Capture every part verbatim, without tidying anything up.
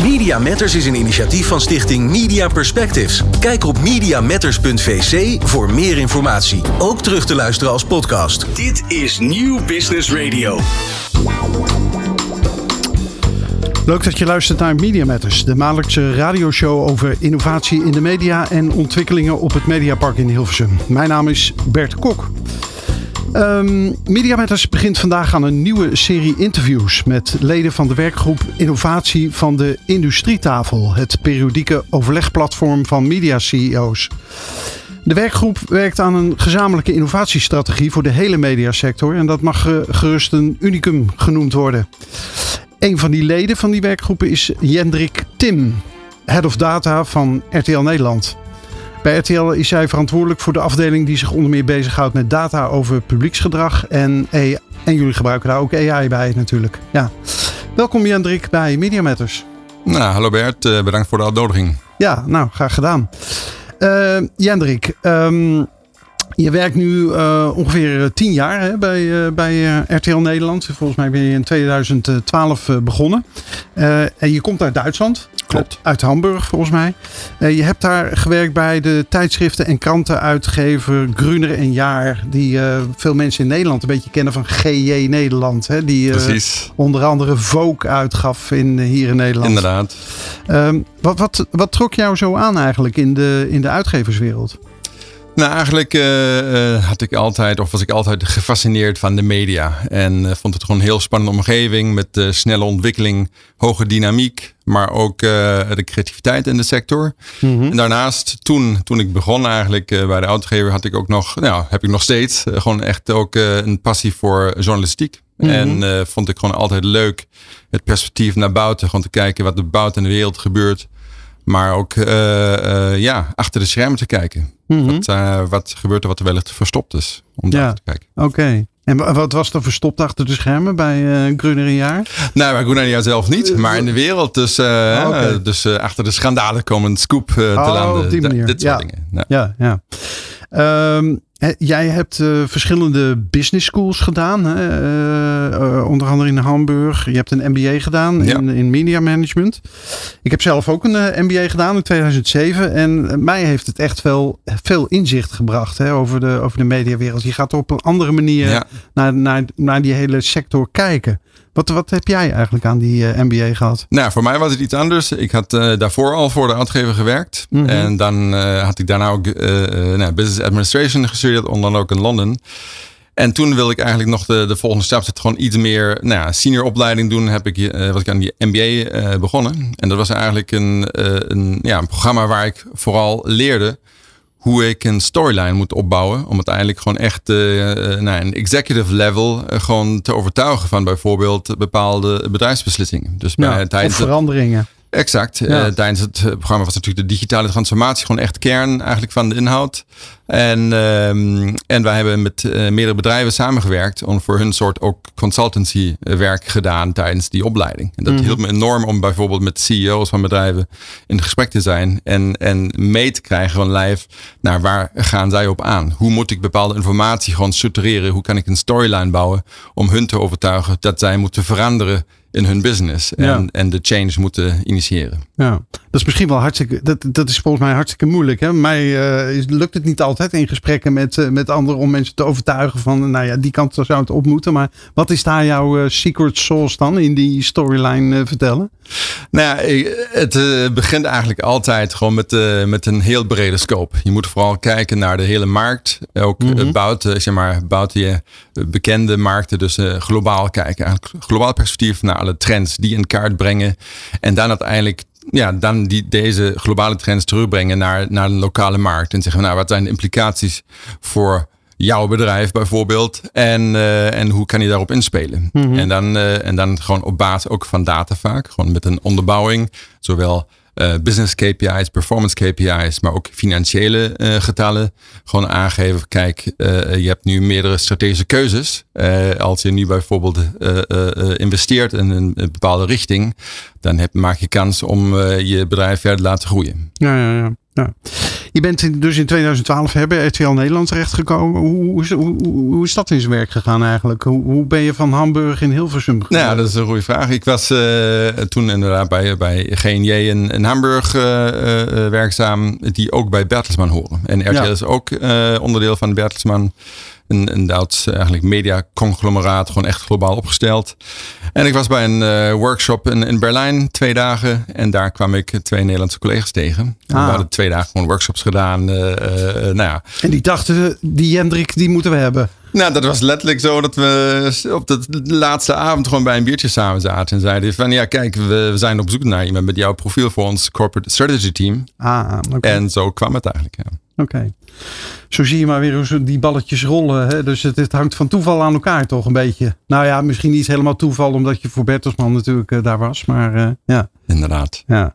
Media Matters is een initiatief van stichting Media Perspectives. Kijk op media matters punt v c voor meer informatie. Ook terug te luisteren als podcast. Dit is Nieuw Business Radio. Leuk dat je luistert naar Media Matters, de maandelijkse radioshow over innovatie in de media en ontwikkelingen op het Mediapark in Hilversum. Mijn naam is Bert Kok. Um, Media Matters begint vandaag aan een nieuwe serie interviews met leden van de werkgroep Innovatie van de Industrietafel, het periodieke overlegplatform van media C E O's. De werkgroep werkt aan een gezamenlijke innovatiestrategie voor de hele mediasector en dat mag gerust een unicum genoemd worden. Een van die leden van die werkgroepen is Jendrik Tim, Head of Data van R T L Nederland. Bij R T L is hij verantwoordelijk voor de afdeling die zich onder meer bezighoudt met data over publieksgedrag. En, A I, en jullie gebruiken daar ook A I bij natuurlijk. Ja. Welkom Jendrik bij Media Matters. Nou, hallo Bert, uh, bedankt voor de uitnodiging. Ja, nou, graag gedaan. Uh, Jendrik, um, je werkt nu uh, ongeveer tien jaar hè, bij, uh, bij uh, R T L Nederland. Volgens mij ben je in tweeduizend twaalf uh, begonnen. Uh, en je komt uit Duitsland. Klopt. Uh, uit Hamburg volgens mij. Uh, je hebt daar gewerkt bij de tijdschriften en krantenuitgever Gruner en Jahr. Die uh, veel mensen in Nederland een beetje kennen van G J Nederland. Hè, die uh, onder andere Vogue uitgaf in, uh, hier in Nederland. Inderdaad. Uh, wat, wat, wat trok jou zo aan eigenlijk in de, in de uitgeverswereld? Nou, eigenlijk uh, uh, had ik altijd, of was ik altijd gefascineerd van de media. En uh, vond het gewoon een heel spannende omgeving met uh, snelle ontwikkeling, hoge dynamiek, maar ook uh, de creativiteit in de sector. Mm-hmm. En daarnaast, toen, toen ik begon eigenlijk uh, bij de uitgever, had ik ook nog, nou, heb ik nog steeds uh, gewoon echt ook uh, een passie voor journalistiek. Mm-hmm. En uh, vond ik gewoon altijd leuk het perspectief naar buiten, gewoon te kijken wat er buiten in de wereld gebeurt. Maar ook uh, uh, ja, achter de schermen te kijken. Mm-hmm. Wat, uh, wat gebeurt er wat er wellicht verstopt is. Om daar ja, te kijken. Oké. Okay. En wat was er verstopt achter de schermen bij uh, Gruner en Jahr? Nou, bij Gruner en Jahr zelf niet. Maar in de wereld. Dus, uh, oh, okay. uh, dus uh, achter de schandalen komen een scoop uh, te oh, landen. Op die manier. D- dit soort ja. dingen. Nou. Ja, ja. Um, Jij hebt uh, verschillende business schools gedaan. Hè? Uh, uh, onder andere in Hamburg. Je hebt een M B A gedaan ja. in, in media management. Ik heb zelf ook een uh, M B A gedaan in tweeduizend zeven. En uh, mij heeft het echt wel veel inzicht gebracht hè, over, de, over de mediawereld. Je gaat op een andere manier ja. naar, naar, naar die hele sector kijken. Wat, wat heb jij eigenlijk aan die uh, M B A gehad? Nou, voor mij was het iets anders. Ik had uh, daarvoor al voor de uitgever gewerkt. Mm-hmm. En dan uh, had ik daarna ook uh, uh, nou, business administration gestudeerd, onder andere ook in Londen. En toen wilde ik eigenlijk nog de, de volgende stap zetten. Gewoon iets meer nou, senior opleiding doen. Heb ik, uh, was ik aan die M B A uh, begonnen. En dat was eigenlijk een, uh, een, ja, een programma waar ik vooral leerde hoe ik een storyline moet opbouwen. Om uiteindelijk gewoon echt uh, nou, een executive level uh, gewoon te overtuigen van bijvoorbeeld bepaalde bedrijfsbeslissingen. Dus bij, ja, tijdens of veranderingen. Het, exact. Ja. Uh, tijdens het programma was natuurlijk de digitale transformatie gewoon echt kern eigenlijk van de inhoud. En, um, en wij hebben met uh, meerdere bedrijven samengewerkt om voor hun soort ook consultancy werk gedaan tijdens die opleiding. En dat mm-hmm. hielp me enorm om bijvoorbeeld met C E O's van bedrijven in gesprek te zijn en, en mee te krijgen van live naar waar gaan zij op aan? Hoe moet ik bepaalde informatie gewoon structureren? Hoe kan ik een storyline bouwen om hun te overtuigen dat zij moeten veranderen in hun business en, ja. en de change moeten initiëren. Ja, dat is misschien wel hartstikke, dat, dat is volgens mij hartstikke moeilijk. Hè? Mij uh, lukt het niet altijd in gesprekken met, uh, met anderen om mensen te overtuigen van, nou ja, die kant zou het op moeten. Maar wat is daar jouw uh, secret sauce dan in die storyline uh, vertellen? Nou ja, het uh, begint eigenlijk altijd gewoon met, uh, met een heel brede scope. Je moet vooral kijken naar de hele markt. Ook mm-hmm. uh, buiten, zeg maar, buiten je bekende markten. Dus uh, globaal kijken. Eigenlijk globaal perspectief naar alle trends die in kaart brengen. En dan uiteindelijk ja, dan die, deze globale trends terugbrengen naar, naar een lokale markt. En zeggen, nou, wat zijn de implicaties voor jouw bedrijf bijvoorbeeld? En, uh, en hoe kan je daarop inspelen? Mm-hmm. En, dan, uh, en dan gewoon op basis ook van data vaak. Gewoon met een onderbouwing. Zowel uh, business K P I's, performance K P I's, maar ook financiële uh, getallen. Gewoon aangeven, kijk, uh, je hebt nu meerdere strategische keuzes. Uh, als je nu bijvoorbeeld uh, uh, investeert in een bepaalde richting, dan heb, maak je kans om uh, je bedrijf verder te laten groeien. Ja, ja, ja. Ja. Je bent dus in tweeduizend twaalf hè, bij R T L Nederland terechtgekomen. Hoe, hoe, is, hoe, hoe is dat in zijn werk gegaan eigenlijk? Hoe, hoe ben je van Hamburg in Hilversum gegaan? Nou, dat is een goede vraag. Ik was uh, toen inderdaad bij, bij G N J in, in Hamburg uh, uh, werkzaam, die ook bij Bertelsmann horen. En R T L ja. is ook uh, onderdeel van Bertelsmann. Een, een Duits eigenlijk media-conglomeraat, gewoon echt globaal opgesteld. En ik was bij een uh, workshop in, in Berlijn, twee dagen. En daar kwam ik twee Nederlandse collega's tegen. Ah. We hadden twee dagen gewoon workshops gedaan. Uh, uh, nou ja. En die dachten, die Jendrik, die moeten we hebben. Nou, dat was letterlijk zo dat we op de laatste avond gewoon bij een biertje samen zaten. En zeiden van, ja kijk, we, we zijn op zoek naar iemand met jouw profiel voor ons corporate strategy team. Ah, okay. En zo kwam het eigenlijk, ja. Oké. Okay. Zo zie je maar weer hoe die balletjes rollen. Hè? Dus het, het hangt van toeval aan elkaar toch een beetje. Nou ja, misschien niet helemaal toeval omdat je voor Bertelsmann natuurlijk uh, daar was. Maar uh, ja. Inderdaad. Ja.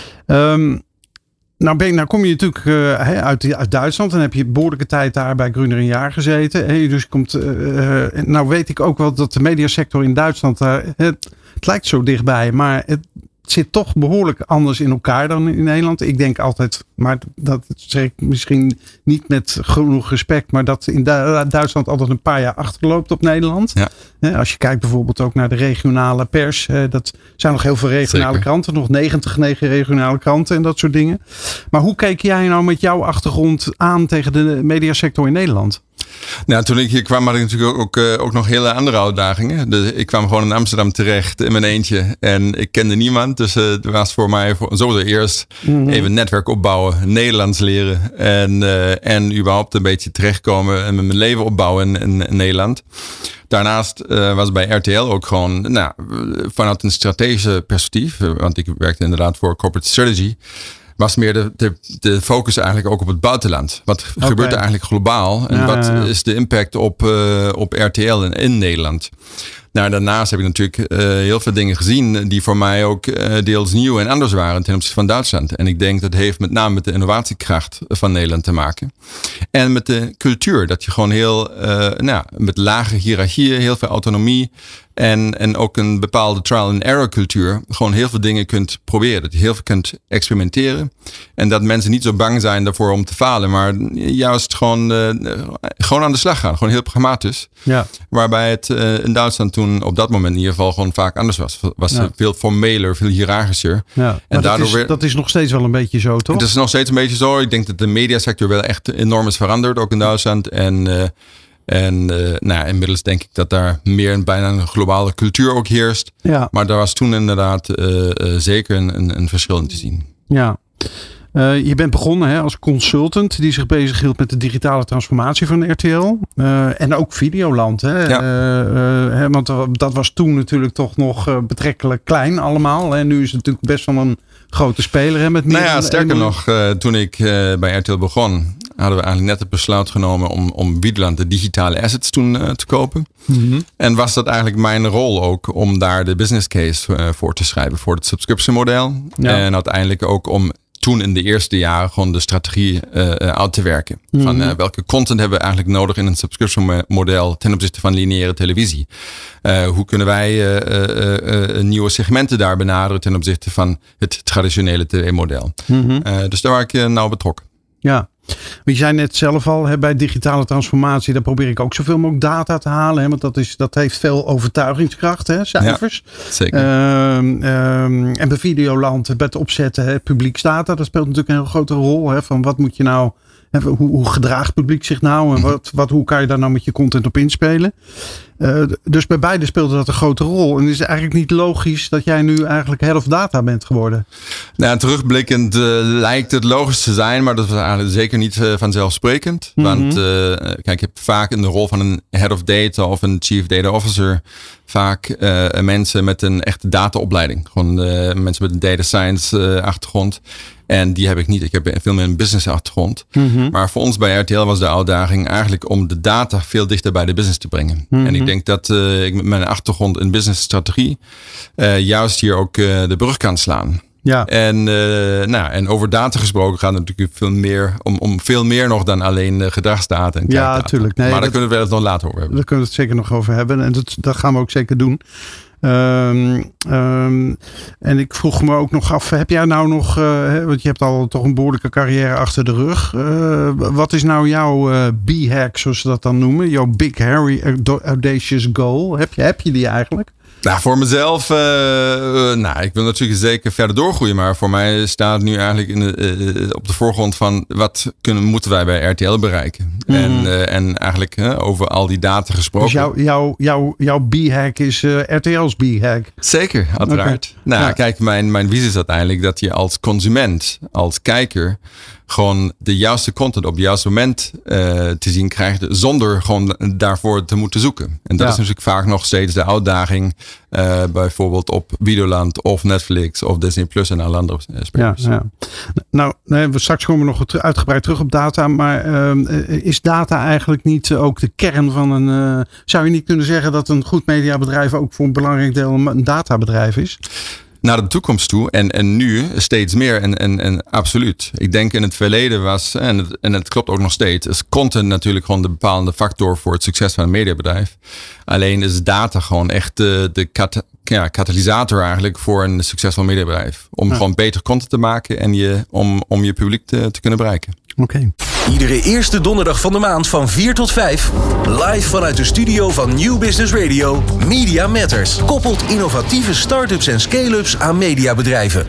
Um, nou, ben, nou kom je natuurlijk uh, uit, uit Duitsland. En heb je behoorlijke tijd daar bij Gruner en Jahr gezeten. Hè? Dus komt, uh, uh, nou weet ik ook wel dat de mediasector in Duitsland, uh, het, het lijkt zo dichtbij. Maar het zit toch behoorlijk anders in elkaar dan in Nederland. Ik denk altijd, maar dat zeg ik misschien niet met genoeg respect, maar dat in Duitsland altijd een paar jaar achterloopt op Nederland. Ja. Als je kijkt bijvoorbeeld ook naar de regionale pers. Dat zijn nog heel veel regionale Zeker. kranten. Nog negentig negen regionale kranten en dat soort dingen. Maar hoe keek jij nou met jouw achtergrond aan tegen de mediasector in Nederland? Nou, toen ik hier kwam had ik natuurlijk ook, ook, ook nog hele andere uitdagingen. De, ik kwam gewoon in Amsterdam terecht in mijn eentje en ik kende niemand. Dus uh, het was voor mij voor, sowieso eerst mm-hmm. even netwerk opbouwen, Nederlands leren en, uh, en überhaupt een beetje terechtkomen en mijn leven opbouwen in, in, in Nederland. Daarnaast uh, was bij R T L ook gewoon nou, vanuit een strategische perspectief, want ik werkte inderdaad voor corporate strategy, was meer de, de, de focus eigenlijk ook op het buitenland. Wat okay. gebeurt er eigenlijk globaal? En ja, wat ja, ja. is de impact op, uh, op R T L in, in Nederland? Nou, daarnaast heb ik natuurlijk uh, heel veel dingen gezien die voor mij ook uh, deels nieuw en anders waren ten opzichte van Duitsland. En ik denk dat heeft met name met de innovatiekracht van Nederland te maken. En met de cultuur. Dat je gewoon heel, uh, nou, met lage hiërarchieën, heel veel autonomie en, en ook een bepaalde trial and error cultuur gewoon heel veel dingen kunt proberen. Dat je heel veel kunt experimenteren. En dat mensen niet zo bang zijn daarvoor om te falen. Maar juist gewoon, uh, gewoon aan de slag gaan. Gewoon heel pragmatisch. Ja. Waarbij het uh, in Duitsland toen op dat moment in ieder geval gewoon vaak anders was. Was ja. veel formeler, veel hiërarchischer. Ja. En maar daardoor dat, is, weer, dat is nog steeds wel een beetje zo, toch? Het is nog steeds een beetje zo. Ik denk dat de mediasector wel echt enorm is veranderd. Ook in Duitsland. En... Uh, En uh, nou, inmiddels denk ik dat daar meer een bijna een globale cultuur ook heerst. Ja. Maar daar was toen inderdaad uh, uh, zeker een, een, een verschil in te zien. Ja. Uh, je bent begonnen hè, als consultant die zich bezighield met de digitale transformatie van R T L. Uh, en ook Videoland. Hè? Ja. Uh, uh, hè, want dat was toen natuurlijk toch nog uh, betrekkelijk klein allemaal. En nu is het natuurlijk best wel een grote speler. Hè, met meer nou ja, sterker en... nog, uh, toen ik uh, bij R T L begon, hadden we eigenlijk net het besluit genomen om, om Videoland de digitale assets toen uh, te kopen. Mm-hmm. En was dat eigenlijk mijn rol ook om daar de business case uh, voor te schrijven voor het subscription model. Ja. En uiteindelijk ook om toen in de eerste jaren gewoon de strategie uh, uit te werken. Mm-hmm. Van uh, welke content hebben we eigenlijk nodig in een subscription model ten opzichte van lineaire televisie? Uh, hoe kunnen wij uh, uh, uh, nieuwe segmenten daar benaderen ten opzichte van het traditionele tv-model? Mm-hmm. Uh, dus daar was ik uh, nauw betrokken. Ja. Je zei net zelf al, hè, bij digitale transformatie, daar probeer ik ook zoveel mogelijk data te halen. Hè, want dat, is, dat heeft veel overtuigingskracht, hè, cijfers. Ja, zeker. Uh, uh, en bij Videoland, bij het opzetten, hè, publieksdata, dat speelt natuurlijk een heel grote rol. Hè, van wat moet je nou, hè, hoe, hoe gedraagt publiek zich nou? En wat, wat, hoe kan je daar nou met je content op inspelen? Uh, dus bij beide speelde dat een grote rol. En het is eigenlijk niet logisch dat jij nu eigenlijk head of data bent geworden. Nou, terugblikkend uh, lijkt het logisch te zijn, maar dat was eigenlijk zeker niet uh, vanzelfsprekend. Mm-hmm. Want uh, kijk, je hebt vaak in de rol van een head of data of een chief data officer vaak uh, mensen met een echte dataopleiding. Gewoon uh, mensen met een data science uh, achtergrond. En die heb ik niet. Ik heb veel meer een business achtergrond. Mm-hmm. Maar voor ons bij R T L was de uitdaging eigenlijk om de data veel dichter bij de business te brengen. Mm-hmm. En ik denk dat uh, ik met mijn achtergrond in business strategie uh, juist hier ook uh, de brug kan slaan. Ja. En, uh, nou, en over data gesproken gaat het natuurlijk veel meer om, om veel meer nog dan alleen uh, gedragsdata en kijkdata. Ja, natuurlijk. Nee, maar daar dat, kunnen we het nog later over hebben. Daar kunnen we het zeker nog over hebben. En dat, dat gaan we ook zeker doen. Um, um, en ik vroeg me ook nog af, heb jij nou nog, uh, want je hebt al toch een behoorlijke carrière achter de rug. Uh, wat is nou jouw uh, B-hack, zoals ze dat dan noemen? Jouw Big Hairy Audacious Goal? Heb je, heb je die eigenlijk? Nou, voor mezelf, uh, uh, nou, ik wil natuurlijk zeker verder doorgroeien. Maar voor mij staat het nu eigenlijk in de, uh, op de voorgrond van wat kunnen, moeten wij bij R T L bereiken. Mm. En, uh, en eigenlijk uh, over al die data gesproken. Dus jouw, jouw, jouw, jouw B-hack is uh, R T L's B-hack? Zeker, uiteraard. Okay. Nou, ja. Kijk, mijn, mijn visie is uiteindelijk dat je als consument, als kijker, gewoon de juiste content op het juiste moment uh, te zien krijgt, zonder gewoon daarvoor te moeten zoeken. En dat ja. is natuurlijk vaak nog steeds de uitdaging, uh, bijvoorbeeld op Videoland of Netflix of Disney Plus en alle andere spelers. Ja, ja. Nou, nee, we straks komen we nog uitgebreid terug op data, maar uh, is data eigenlijk niet ook de kern van een, uh, zou je niet kunnen zeggen dat een goed mediabedrijf ook voor een belangrijk deel een databedrijf is? Naar de toekomst toe en, en nu steeds meer en, en, en absoluut. Ik denk in het verleden was, en het, en het klopt ook nog steeds, is content natuurlijk gewoon de bepalende factor voor het succes van een mediabedrijf. Alleen is data gewoon echt de, de kat, ja, katalysator eigenlijk voor een succesvol mediabedrijf. Om ja. gewoon beter content te maken en je, om, om je publiek te, te kunnen bereiken. Oké. Okay. Iedere eerste donderdag van de maand van vier tot vijf. Live vanuit de studio van New Business Radio. Media Matters. Koppelt innovatieve start-ups en scale-ups aan mediabedrijven.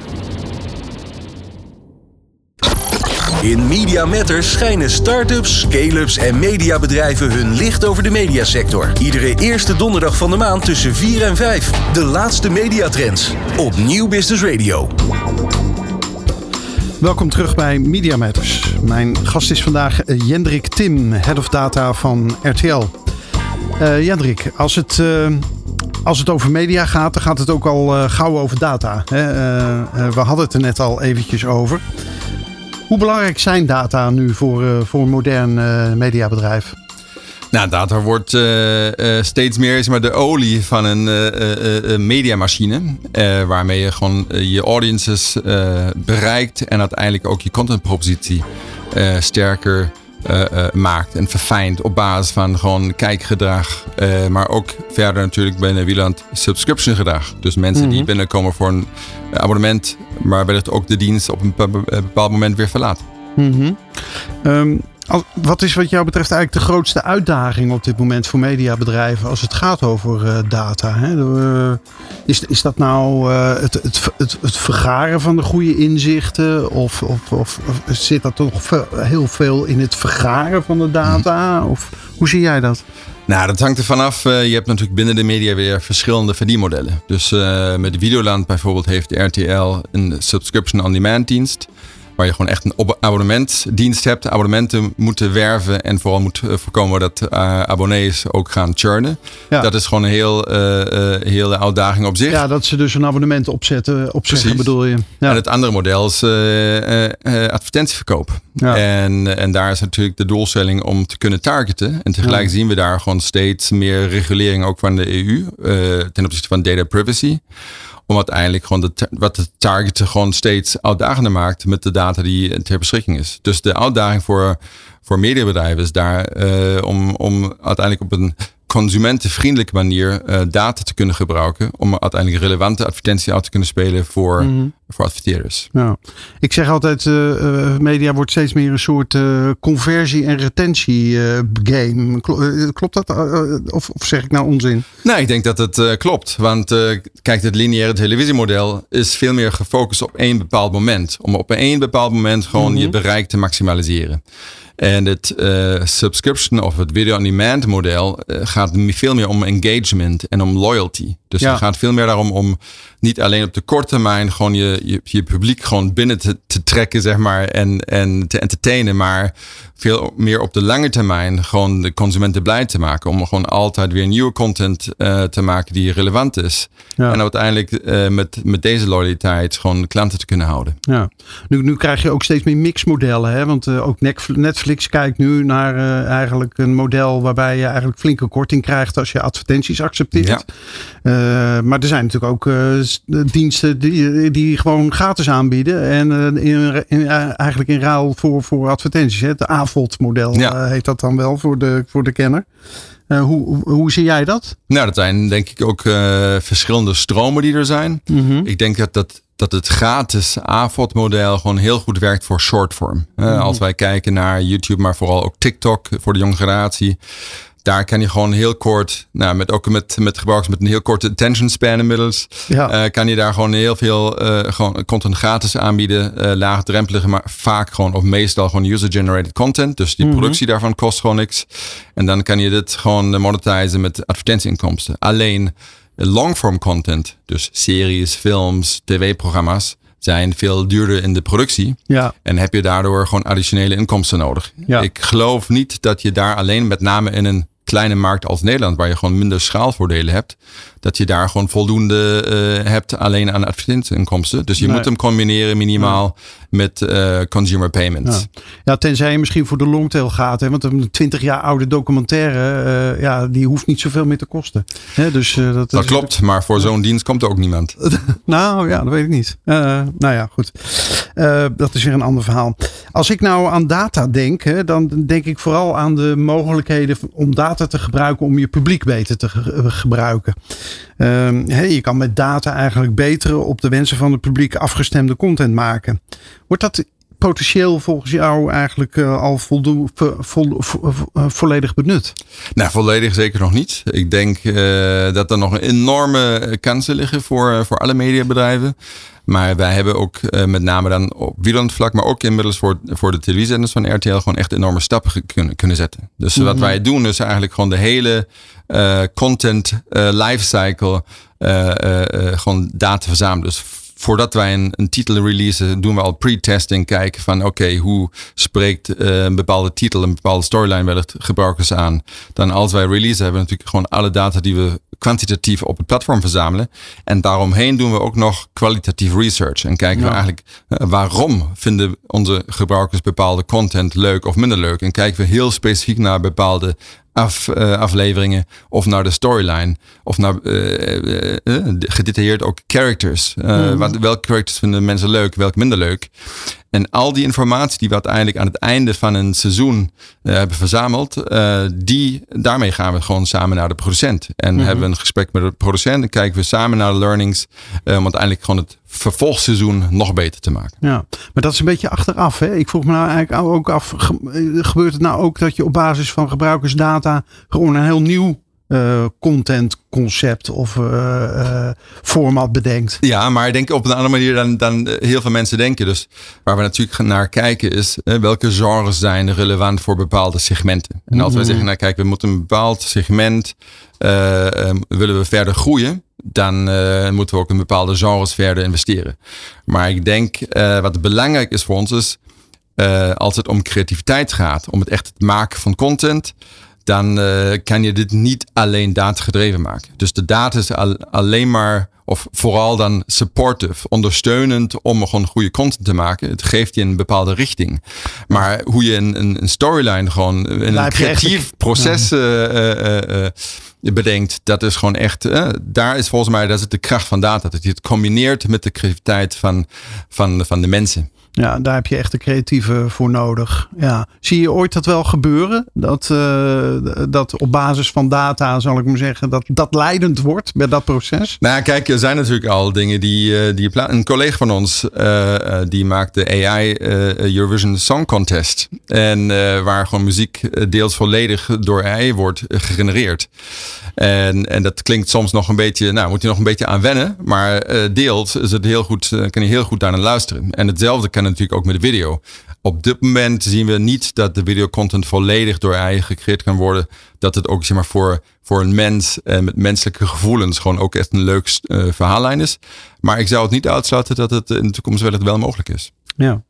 In Media Matters schijnen start-ups, scale-ups en mediabedrijven hun licht over de mediasector. Iedere eerste donderdag van de maand tussen vier en vijf. De laatste mediatrends. Op New Business Radio. Welkom terug bij Media Matters. Mijn gast is vandaag Jendrik Tim, Head of Data van R T L. Uh, Jendrik, als het, uh, als het over media gaat, dan gaat het ook al uh, gauw over data. Hè? Uh, uh, we hadden het er net al eventjes over. Hoe belangrijk zijn data nu voor, uh, voor een modern uh, mediabedrijf? Nou, data wordt uh, uh, steeds meer zeg maar, de olie van een uh, uh, mediamachine. Uh, waarmee je gewoon uh, je audiences uh, bereikt en uiteindelijk ook je contentpropositie uh, sterker uh, uh, maakt en verfijnt op basis van gewoon kijkgedrag. Uh, maar ook verder natuurlijk binnen Wieland subscription gedrag. Dus mensen mm-hmm. die binnenkomen voor een abonnement, maar wellicht ook de dienst op een bepaald moment weer verlaten. Mm-hmm. Um... Wat is wat jou betreft eigenlijk de grootste uitdaging op dit moment voor mediabedrijven als het gaat over uh, data? Hè? Uh, is, is dat nou uh, het, het, het, het vergaren van de goede inzichten? Of, of, of, of zit dat toch veel, heel veel in het vergaren van de data? Of hoe zie jij dat? Nou, dat hangt er vanaf. Uh, je hebt natuurlijk binnen de media weer verschillende verdienmodellen. Dus uh, met Videoland bijvoorbeeld heeft R T L een subscription on-demand dienst. Waar je gewoon echt een abonnementdienst hebt. Abonnementen moeten werven en vooral moet voorkomen dat uh, abonnees ook gaan churnen. Ja. Dat is gewoon een heel, uh, uh, hele uitdaging op zich. Ja, dat ze dus een abonnement opzetten, opzeggen bedoel je. Ja. En het andere model is uh, uh, uh, advertentieverkoop. Ja. En, en daar is natuurlijk de doelstelling om te kunnen targeten. En tegelijk ja. zien we daar gewoon steeds meer regulering ook van de E U. Uh, ten opzichte van data privacy. Om uiteindelijk gewoon de, wat de targeten gewoon steeds uitdagender maakt met de data die ter beschikking is. Dus de uitdaging voor, voor mediabedrijven is daar uh, om, om uiteindelijk op een consumentenvriendelijke manier uh, data te kunnen gebruiken. Om uiteindelijk relevante advertentie uit te kunnen spelen voor, mm-hmm. voor adverteerders. Ja. Ik zeg altijd, uh, media wordt steeds meer een soort uh, conversie- en retentie uh, game. Klopt dat? Uh, of, of zeg ik nou onzin? Nou, ik denk dat het uh, klopt. Want uh, kijk, het lineaire televisiemodel is veel meer gefocust op één bepaald moment. Om op één bepaald moment gewoon mm-hmm. je bereik te maximaliseren. En het uh, subscription of het video-on-demand model uh, gaat veel meer om engagement en om loyalty. Dus ja. het gaat veel meer daarom om niet alleen op de korte termijn gewoon je, je, je publiek gewoon binnen te, te trekken, zeg maar, en, en te entertainen, maar veel meer op de lange termijn gewoon de consumenten blij te maken. Om gewoon altijd weer nieuwe content uh, te maken die relevant is. Ja. En uiteindelijk uh, met, met deze loyaliteit gewoon klanten te kunnen houden. Ja. Nu, nu krijg je ook steeds meer mixmodellen, hè? Want uh, ook Netflix kijkt nu naar uh, eigenlijk een model waarbij je eigenlijk flinke korting krijgt als je advertenties accepteert. Ja. Uh, maar er zijn natuurlijk ook uh, uh, diensten die, die gewoon gratis aanbieden. En uh, in, in, uh, eigenlijk in ruil voor, voor advertenties. Hè? Het A V O D-model ja. uh, heet dat dan wel voor de, voor de kenner. Uh, hoe, hoe zie jij dat? Nou, dat zijn denk ik ook uh, verschillende stromen die er zijn. Mm-hmm. Ik denk dat, dat, dat het gratis A V O D-model gewoon heel goed werkt voor shortform. Uh, mm-hmm. Als wij kijken naar YouTube, maar vooral ook TikTok voor de jonge generatie. Daar kan je gewoon heel kort, nou, met, ook met, met gebruikers met een heel korte attention span inmiddels. Ja. Uh, kan je daar gewoon heel veel uh, gewoon content gratis aanbieden. Uh, laagdrempelig, maar vaak gewoon of meestal gewoon user-generated content. Dus die mm-hmm. productie daarvan kost gewoon niks. En dan kan je dit gewoon monetizen met advertentieinkomsten. Alleen longform content, dus series, films, tv-programma's, zijn veel duurder in de productie. Ja. En heb je daardoor gewoon additionele inkomsten nodig. Ja. Ik geloof niet dat je daar alleen, met name in een kleine markt als Nederland, waar je gewoon minder schaalvoordelen hebt, dat je daar gewoon voldoende uh, hebt alleen aan advertentieinkomsten. Dus je nee. moet hem combineren minimaal ja. met uh, consumer payments. Ja. ja, tenzij je misschien voor de longtail gaat. Hè? Want een twintig jaar oude documentaire, uh, ja, die hoeft niet zoveel meer te kosten. Hè? Dus, uh, dat dat is klopt, het... maar voor zo'n dienst komt er ook niemand. Nou ja, dat weet ik niet. Uh, nou ja, goed. Uh, dat is weer een ander verhaal. Als ik nou aan data denk, hè, dan denk ik vooral aan de mogelijkheden om data te gebruiken om je publiek beter te ge- gebruiken. Um, hey, je kan met data eigenlijk beter op de wensen van het publiek afgestemde content maken. Wordt dat potentieel volgens jou eigenlijk uh, al voldo- vo- vo- vo- vo- volledig benut? Nou, volledig zeker nog niet. Ik denk uh, dat er nog enorme kansen liggen voor, uh, voor alle mediabedrijven. Maar wij hebben ook uh, met name dan op wielervlak, maar ook inmiddels voor, voor de televisiezenders van R T L gewoon echt enorme stappen ge- kunnen, kunnen zetten. Dus mm-hmm. wat wij doen is eigenlijk gewoon de hele uh, content uh, lifecycle uh, uh, uh, gewoon data verzamelen. Dus voordat wij een, een titel releasen, doen we al pre-testing. Kijken van oké, okay, hoe spreekt uh, een bepaalde titel, een bepaalde storyline wellicht gebruikers aan. Dan als wij releasen hebben we natuurlijk gewoon alle data die we kwantitatief op het platform verzamelen. En daaromheen doen we ook nog kwalitatief research. En kijken ja. we eigenlijk uh, waarom vinden onze gebruikers bepaalde content leuk of minder leuk. En kijken we heel specifiek naar bepaalde Af, uh, afleveringen of naar de storyline of naar uh, uh, uh, gedetailleerd ook characters. Uh, mm. wat, welke characters vinden mensen leuk, welke minder leuk. En al die informatie die we uiteindelijk aan het einde van een seizoen uh, hebben verzameld, uh, die, daarmee gaan we gewoon samen naar de producent. En mm-hmm. hebben we een gesprek met de producent en kijken we samen naar de learnings uh, om uiteindelijk gewoon het vervolgseizoen nog beter te maken. Ja, maar dat is een beetje achteraf. Hè? Ik vroeg me nou eigenlijk ook af, gebeurt het nou ook dat je op basis van gebruikersdata gewoon een heel nieuw uh, contentconcept of uh, uh, format bedenkt? Ja, maar ik denk op een andere manier dan, dan heel veel mensen denken. Dus waar we natuurlijk naar kijken is uh, welke genres zijn relevant voor bepaalde segmenten. En als wij zeggen, nou kijk, we moeten een bepaald segment uh, um, willen we verder groeien, dan uh, moeten we ook in bepaalde genres verder investeren. Maar ik denk, uh, wat belangrijk is voor ons is, uh, als het om creativiteit gaat, om het echt het maken van content, dan uh, kan je dit niet alleen data gedreven maken. Dus de data is al, alleen maar, of vooral dan supportive, ondersteunend om gewoon goede content te maken. Het geeft je een bepaalde richting. Maar hoe je een, een, een storyline gewoon in een creatief proces uh, uh, uh, uh, bedenkt, dat is gewoon echt, uh, daar is volgens mij, daar zit de kracht van data. Dat je het combineert met de creativiteit van, van, van de mensen. Ja, daar heb je echt de creatieve voor nodig. Ja. Zie je ooit dat wel gebeuren? Dat, uh, dat op basis van data, zal ik maar zeggen, dat dat leidend wordt bij dat proces? Nou ja, kijk, er zijn natuurlijk al dingen die, uh, die je plaatst. Een collega van ons, uh, uh, die maakt de A I uh, Eurovision Song Contest. En uh, waar gewoon muziek deels volledig door A I wordt gegenereerd. En, en dat klinkt soms nog een beetje, nou moet je nog een beetje aan wennen. Maar uh, deels is het heel goed, uh, kan je heel goed daarna luisteren. En hetzelfde kan natuurlijk ook met de video. Op dit moment zien we niet dat de videocontent volledig door A I gecreëerd kan worden. Dat het ook zeg maar, voor, voor een mens uh, met menselijke gevoelens gewoon ook echt een leuk uh, verhaallijn is. Maar ik zou het niet uitsluiten dat het in de toekomst wellicht wel mogelijk is. Ja.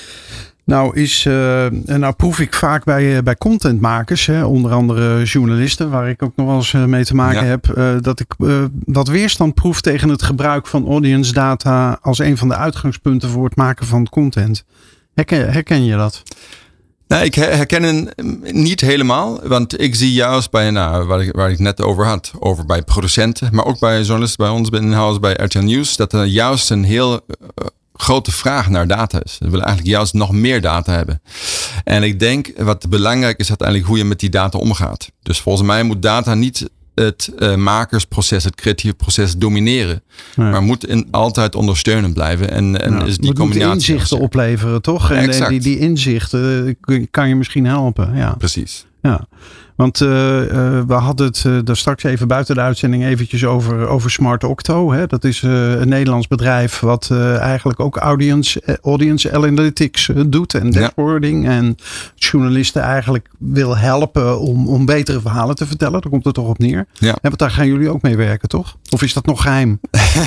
Nou, is, uh, nou proef ik vaak bij, uh, bij contentmakers, hè, onder andere journalisten, waar ik ook nog wel eens uh, mee te maken ja. heb, uh, dat ik uh, wat weerstand proef tegen het gebruik van audience data als een van de uitgangspunten voor het maken van content. Herken, herken je dat? Nou, ik herken het niet helemaal, want ik zie juist bij, nou, waar, ik, waar ik het net over had, over bij producenten, maar ook bij journalisten bij ons in-house, bij R T L Nieuws, dat er juist een heel uh, grote vraag naar data is. We willen eigenlijk juist nog meer data hebben. En ik denk, wat belangrijk is uiteindelijk hoe je met die data omgaat. Dus volgens mij moet data niet het uh, makersproces, het creatieve proces domineren. Nee. Maar moet in, altijd ondersteunend blijven. En, en ja, is die combinatie moet inzichten opleveren, toch? En, en die, die inzichten kan je misschien helpen. Ja. Precies. Ja. Want uh, uh, we hadden het uh, daar straks even buiten de uitzending eventjes over, over Smart Octo. Hè? Dat is uh, een Nederlands bedrijf wat uh, eigenlijk ook audience, audience analytics uh, doet en dashboarding. Ja. En journalisten eigenlijk wil helpen om, om betere verhalen te vertellen. Daar komt het toch op neer. Ja. En want daar gaan jullie ook mee werken, toch? Of is dat nog geheim?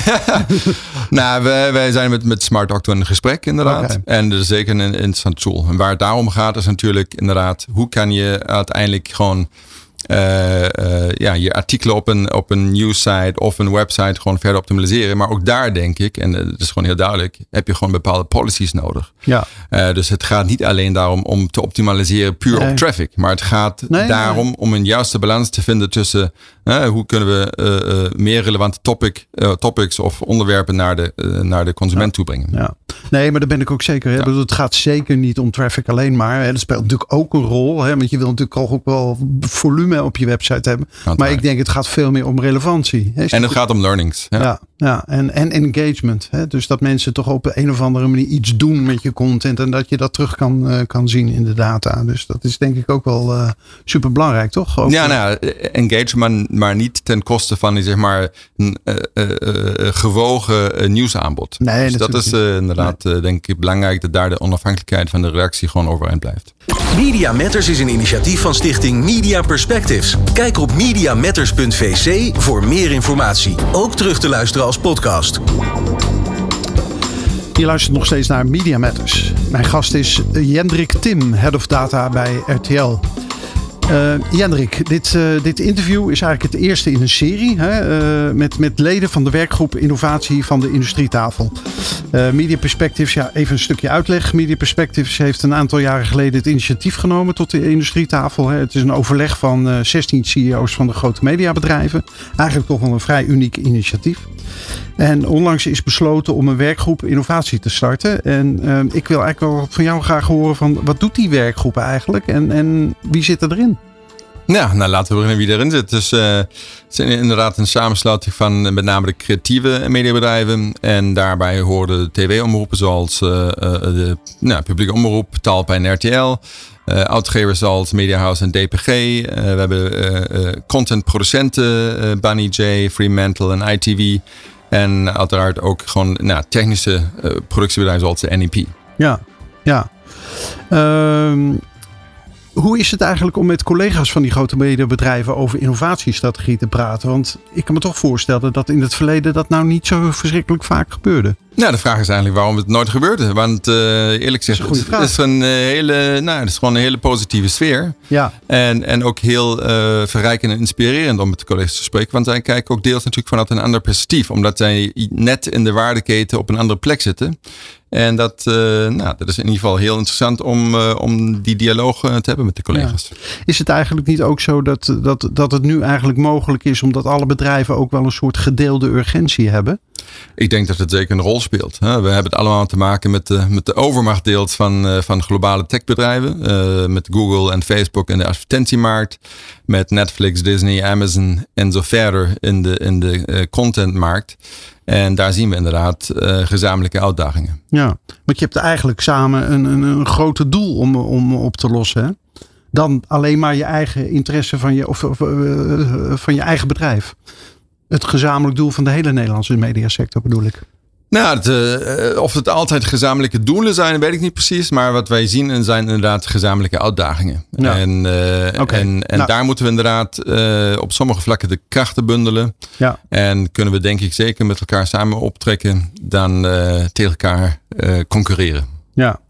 nou, wij, wij zijn met, met Smart Octo in gesprek inderdaad. Okay. En dat is zeker een interessant tool. En waar het daarom gaat is natuurlijk inderdaad, hoe kan je uiteindelijk gewoon Uh, uh, ja, je artikelen op een, op een nieuwssite of een website gewoon verder optimaliseren. Maar ook daar denk ik, en dat is gewoon heel duidelijk, heb je gewoon bepaalde policies nodig. Ja. Uh, dus het gaat niet alleen daarom om te optimaliseren puur nee. op traffic. Maar het gaat nee, daarom nee. om een juiste balans te vinden tussen uh, hoe kunnen we uh, uh, meer relevante topic, uh, topics of onderwerpen naar de, uh, naar de consument ja. toe brengen. Ja. Nee, maar daar ben ik ook zeker. Hè? Ja. Het gaat zeker niet om traffic alleen maar. Hè? Dat speelt natuurlijk ook een rol. Hè? Want je wil natuurlijk ook wel volume op je website hebben. Maar waar. Ik denk het gaat veel meer om relevantie. Hè? En het gaat om learnings. Ja, ja, ja. En, en engagement. Hè? Dus dat mensen toch op een of andere manier iets doen met je content. En dat je dat terug kan, uh, kan zien in de data. Dus dat is denk ik ook wel uh, super belangrijk, toch? Ook ja, nou, engagement, maar niet ten koste van zeg maar een uh, uh, uh, gewogen uh, nieuwsaanbod. Nee, dus dat is uh, inderdaad nee. uh, denk ik belangrijk dat daar de onafhankelijkheid van de redactie gewoon overeind blijft. Media Matters is een initiatief van stichting Media Perspectives. Kijk op media matters punt v c voor meer informatie. Ook terug te luisteren als podcast. Je luistert nog steeds naar Media Matters. Mijn gast is Jendrik Tim, Head of Data bij R T L. Uh, Jendrik, dit, uh, dit interview is eigenlijk het eerste in een serie hè, uh, met, met leden van de werkgroep Innovatie van de Industrietafel. Uh, Media Perspectives, ja, even een stukje uitleg. Media Perspectives heeft een aantal jaren geleden het initiatief genomen tot de Industrietafel. Hè. Het is een overleg van uh, zestien C E O's van de grote mediabedrijven. Eigenlijk toch wel een vrij uniek initiatief. En onlangs is besloten om een werkgroep innovatie te starten. En uh, ik wil eigenlijk wel van jou graag horen van wat doet die werkgroep eigenlijk en, en wie zit er erin? Ja, nou laten we beginnen wie erin zit. Dus uh, het is inderdaad een samensluiting van met name de creatieve mediabedrijven. En daarbij horen de tv-omroepen zoals uh, de nou, publieke omroep, Talpa en R T L. Uh, uitgevers als Mediahouse en D P G. Uh, we hebben uh, uh, contentproducenten, uh, Bunny J, Fremantle en I T V. En uiteraard ook gewoon nou, technische uh, productiebedrijven zoals de N E P. Ja, ja. Um, hoe is het eigenlijk om met collega's van die grote mediabedrijven over innovatiestrategie te praten? Want ik kan me toch voorstellen dat in het verleden dat nou niet zo verschrikkelijk vaak gebeurde. Nou, de vraag is eigenlijk waarom het nooit gebeurde. Want uh, eerlijk gezegd, het, het is een hele, nou, het is gewoon een hele positieve sfeer. Ja. En, en ook heel uh, verrijkend en inspirerend om met de collega's te spreken. Want zij kijken ook deels natuurlijk vanuit een ander perspectief. Omdat zij net in de waardeketen op een andere plek zitten. En dat, uh, nou, dat is in ieder geval heel interessant om, uh, om die dialoog uh, te hebben met de collega's. Ja. Is het eigenlijk niet ook zo dat, dat, dat het nu eigenlijk mogelijk is omdat alle bedrijven ook wel een soort gedeelde urgentie hebben? Ik denk dat het zeker een rol speelt. We hebben het allemaal te maken met de, met de overmachtdeels van, van globale techbedrijven. Uh, met Google en Facebook in de advertentiemarkt. Met Netflix, Disney, Amazon en zo verder in de, in de uh, contentmarkt. En daar zien we inderdaad uh, gezamenlijke uitdagingen. Ja, want je hebt eigenlijk samen een, een, een groter doel om, om op te lossen. Hè? Dan alleen maar je eigen interesse van je, of, of, uh, van je eigen bedrijf. Het gezamenlijk doel van de hele Nederlandse mediasector bedoel ik. Nou, het, uh, of het altijd gezamenlijke doelen zijn, weet ik niet precies. Maar wat wij zien zijn inderdaad gezamenlijke uitdagingen. Ja. En, uh, okay. en, en nou. daar moeten we inderdaad uh, op sommige vlakken de krachten bundelen. Ja. En kunnen we denk ik zeker met elkaar samen optrekken dan uh, tegen elkaar uh, concurreren. Ja.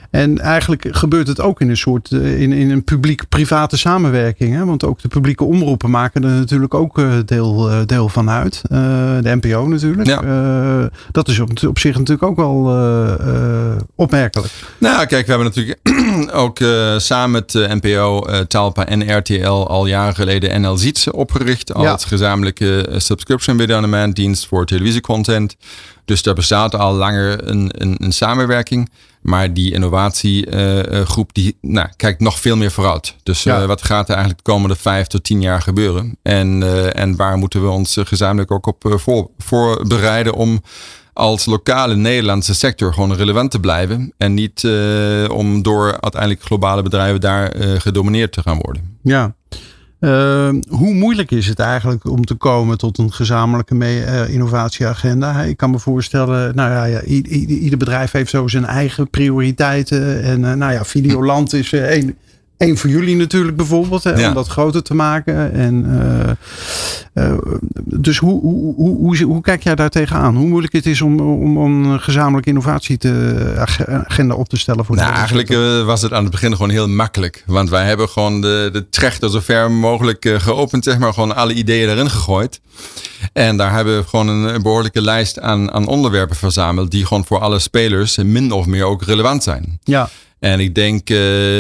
En eigenlijk gebeurt het ook in een soort in, in een publiek-private samenwerking. Hè? Want ook de publieke omroepen maken er natuurlijk ook deel, deel van uit. Uh, de N P O natuurlijk. Ja. Uh, dat is op, op zich natuurlijk ook wel uh, uh, opmerkelijk. Nou, kijk, we hebben natuurlijk ook uh, samen met de N P O, uh, Talpa en R T L al jaren geleden N L Ziets opgericht als ja. gezamenlijke subscription videoabonnementdienst voor televisiecontent. Dus daar bestaat al langer een, een, een samenwerking. Maar die innovatiegroep uh, die nou, kijkt nog veel meer vooruit. Dus ja. uh, wat gaat er eigenlijk de komende vijf tot tien jaar gebeuren? En, uh, en waar moeten we ons gezamenlijk ook op uh, voor, voorbereiden om als lokale Nederlandse sector gewoon relevant te blijven. En niet uh, om door uiteindelijk globale bedrijven daar uh, gedomineerd te gaan worden. Ja. Uh, hoe moeilijk is het eigenlijk om te komen tot een gezamenlijke mee, uh, innovatieagenda? Ik kan me voorstellen, nou ja, ja ieder, ieder bedrijf heeft zo zijn eigen prioriteiten. En uh, nou ja, Videoland is uh, één. Eén voor jullie natuurlijk bijvoorbeeld, hè, ja. om dat groter te maken. En, uh, uh, dus hoe, hoe, hoe, hoe, hoe kijk jij daar tegenaan? Hoe moeilijk het is om, om, om een gezamenlijke innovatieagenda op te stellen? Voor nou, eigenlijk uh, was het aan het begin gewoon heel makkelijk. Want wij hebben gewoon de, de trechter zo ver mogelijk uh, geopend, zeg maar, gewoon alle ideeën erin gegooid. En daar hebben we gewoon een behoorlijke lijst aan, aan onderwerpen verzameld die gewoon voor alle spelers min of meer ook relevant zijn. Ja. En ik denk uh,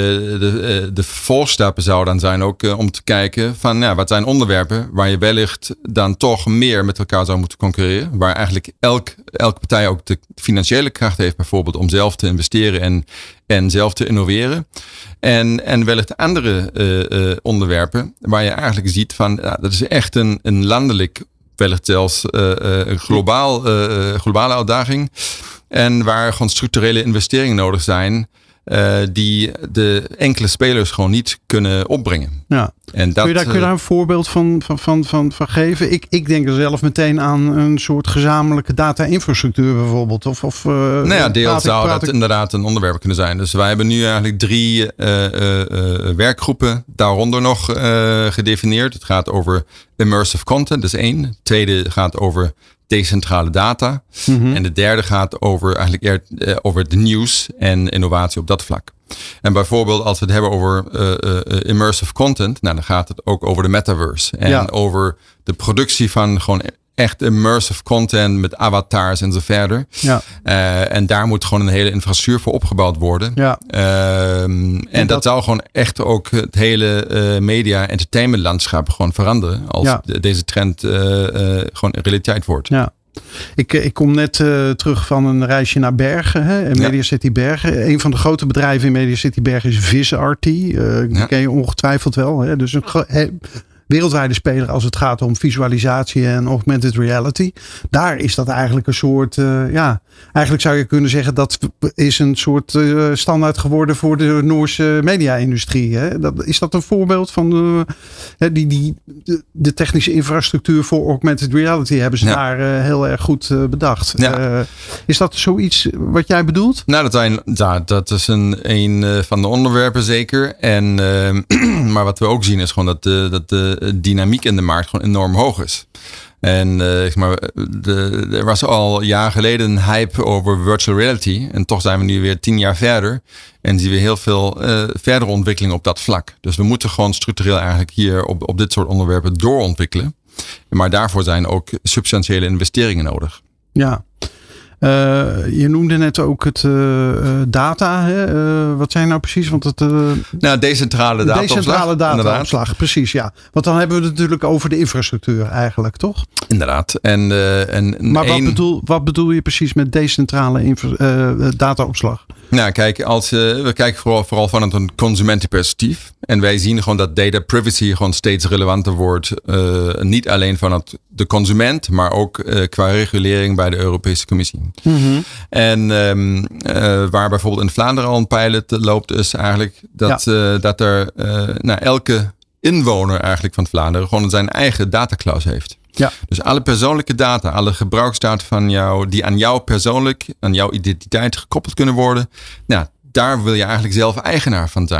de, uh, de vervolgstappen zou dan zijn ook uh, om te kijken van ja, wat zijn onderwerpen waar je wellicht dan toch meer met elkaar zou moeten concurreren. Waar eigenlijk elk, elke partij ook de financiële kracht heeft bijvoorbeeld om zelf te investeren en, en zelf te innoveren. En, en wellicht andere uh, uh, onderwerpen waar je eigenlijk ziet van ja, dat is echt een, een landelijk, wellicht zelfs uh, uh, globaal, uh, globale uitdaging. En waar gewoon structurele investeringen nodig zijn. Uh, die de enkele spelers gewoon niet kunnen opbrengen. Ja. En dat, kun, je daar, kun je daar een voorbeeld van, van, van, van, van geven? Ik, ik denk er zelf meteen aan een soort gezamenlijke data-infrastructuur bijvoorbeeld. Of, of, uh, nou ja, deels zou dat ik... inderdaad een onderwerp kunnen zijn. Dus wij hebben nu eigenlijk drie uh, uh, uh, werkgroepen daaronder nog uh, gedefinieerd. Het gaat over immersive content, dat is één. Het tweede gaat over decentrale data. Mm-hmm. En de derde gaat over eigenlijk uh, over de nieuws en innovatie op dat vlak. En bijvoorbeeld als we het hebben over uh, uh, immersive content, nou dan gaat het ook over de metaverse. En ja. over de productie van gewoon echt immersive content met avatars en zo verder. Ja. Uh, en daar moet gewoon een hele infrastructuur voor opgebouwd worden. Ja. Uh, en, en dat, dat zou gewoon echt ook het hele uh, media entertainment landschap gewoon veranderen. Als ja. de, deze trend uh, uh, gewoon realiteit wordt. Ja. Ik, ik kom net uh, terug van een reisje naar Bergen, hè, in Media City Bergen. Een van de grote bedrijven in Media City Bergen is VisArty. Uh, ja. ken je ongetwijfeld wel. Hè? Dus een he, wereldwijde speler als het gaat om visualisatie en augmented reality. Daar is dat eigenlijk een soort, uh, ja, eigenlijk zou je kunnen zeggen dat is een soort uh, standaard geworden voor de Noorse media-industrie. Hè? Dat, is dat een voorbeeld van uh, die, die, de, de technische infrastructuur voor augmented reality hebben ze ja. daar uh, heel erg goed uh, bedacht. Ja. Uh, is dat zoiets wat jij bedoelt? Nou, dat, zijn, ja, dat is een, een van de onderwerpen zeker. En, uh, maar wat we ook zien is gewoon dat de, dat de dynamiek in de markt gewoon enorm hoog is. En uh, zeg maar, de, er was al jaren geleden een hype over virtual reality. En toch zijn we nu weer tien jaar verder. En zien we heel veel uh, verdere ontwikkelingen op dat vlak. Dus we moeten gewoon structureel eigenlijk hier op, op dit soort onderwerpen doorontwikkelen. Maar daarvoor zijn ook substantiële investeringen nodig. Ja. Uh, je noemde net ook het uh, data. Hè? Uh, wat zijn nou precies? Want het, uh, nou, decentrale dataopslag. Decentrale dataopslag, precies, ja. Want dan hebben we het natuurlijk over de infrastructuur eigenlijk, toch? Inderdaad. En, uh, en maar een... wat, bedoel, wat bedoel je precies met decentrale infra- uh, dataopslag? Nou, kijk, als, uh, we kijken vooral, vooral vanuit een consumentenperspectief. En wij zien gewoon dat data privacy gewoon steeds relevanter wordt. Uh, niet alleen vanuit de consument, maar ook uh, qua regulering bij de Europese Commissie. Mm-hmm. En um, uh, waar bijvoorbeeld in Vlaanderen al een pilot loopt, is eigenlijk dat, ja. uh, dat er uh, nou, elke inwoner eigenlijk van Vlaanderen gewoon zijn eigen datacloud heeft. Ja. Dus alle persoonlijke data, alle gebruiksdata van jou, die aan jou persoonlijk, aan jouw identiteit gekoppeld kunnen worden. Nou, daar wil je eigenlijk zelf eigenaar van zijn.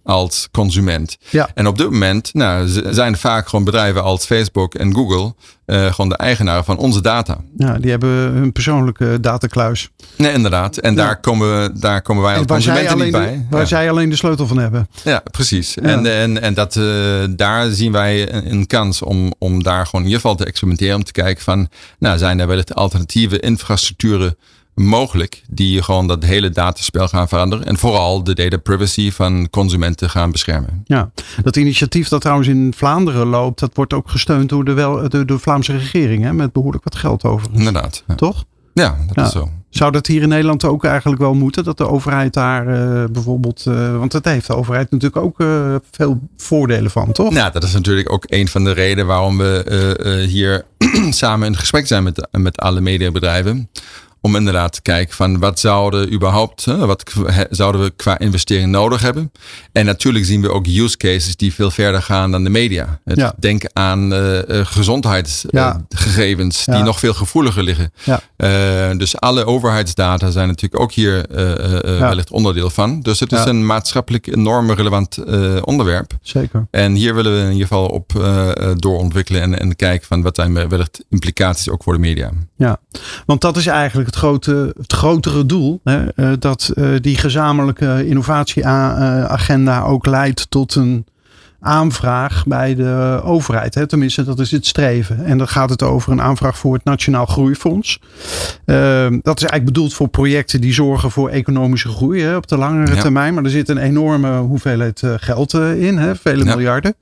als consument. Ja. En op dit moment nou, zijn vaak gewoon bedrijven als Facebook en Google uh, gewoon de eigenaren van onze data. Ja, die hebben hun persoonlijke datakluis. Nee, inderdaad. En ja. daar, komen, daar komen wij als consumenten niet bij. De, waar ja. zij alleen de sleutel van hebben. Ja, precies. Ja. En, en, en dat, uh, daar zien wij een, een kans om, om daar gewoon in ieder geval te experimenteren. Om te kijken van, nou, zijn er wellicht alternatieve infrastructuren mogelijk die gewoon dat hele dataspel gaan veranderen. En vooral de data privacy van consumenten gaan beschermen. Ja, dat initiatief dat trouwens in Vlaanderen loopt, dat wordt ook gesteund door de, wel, de, de Vlaamse regering. Hè, met behoorlijk wat geld overigens. Inderdaad. Ja. Toch? Ja, dat ja. is zo. Zou dat hier in Nederland ook eigenlijk wel moeten? Dat de overheid daar uh, bijvoorbeeld... Uh, want dat heeft de overheid natuurlijk ook uh, veel voordelen van, toch? Nou, dat is natuurlijk ook een van de redenen waarom we uh, uh, hier samen in gesprek zijn met, met alle mediabedrijven. Om inderdaad te kijken van wat zouden überhaupt, wat zouden we qua investering nodig hebben. En natuurlijk zien we ook use cases die veel verder gaan dan de media. Ja. Denk aan uh, gezondheidsgegevens ja. die ja. nog veel gevoeliger liggen. Ja. Uh, dus alle overheidsdata zijn natuurlijk ook hier uh, uh, ja. wellicht onderdeel van. Dus het is ja. een maatschappelijk enorm relevant uh, onderwerp. Zeker. En hier willen we in ieder geval op uh, doorontwikkelen en, en kijken van wat zijn wellicht implicaties ook voor de media. Ja, want dat is eigenlijk het grote, het grotere doel. Hè, dat uh, die gezamenlijke innovatieagenda ook leidt tot een aanvraag bij de overheid. Hè. Tenminste, dat is het streven. En dan gaat het over een aanvraag voor het Nationaal Groeifonds. Uh, dat is eigenlijk bedoeld voor projecten die zorgen voor economische groei hè, op de langere ja. termijn. Maar er zit een enorme hoeveelheid uh, geld uh, in. Hè, vele ja. miljarden.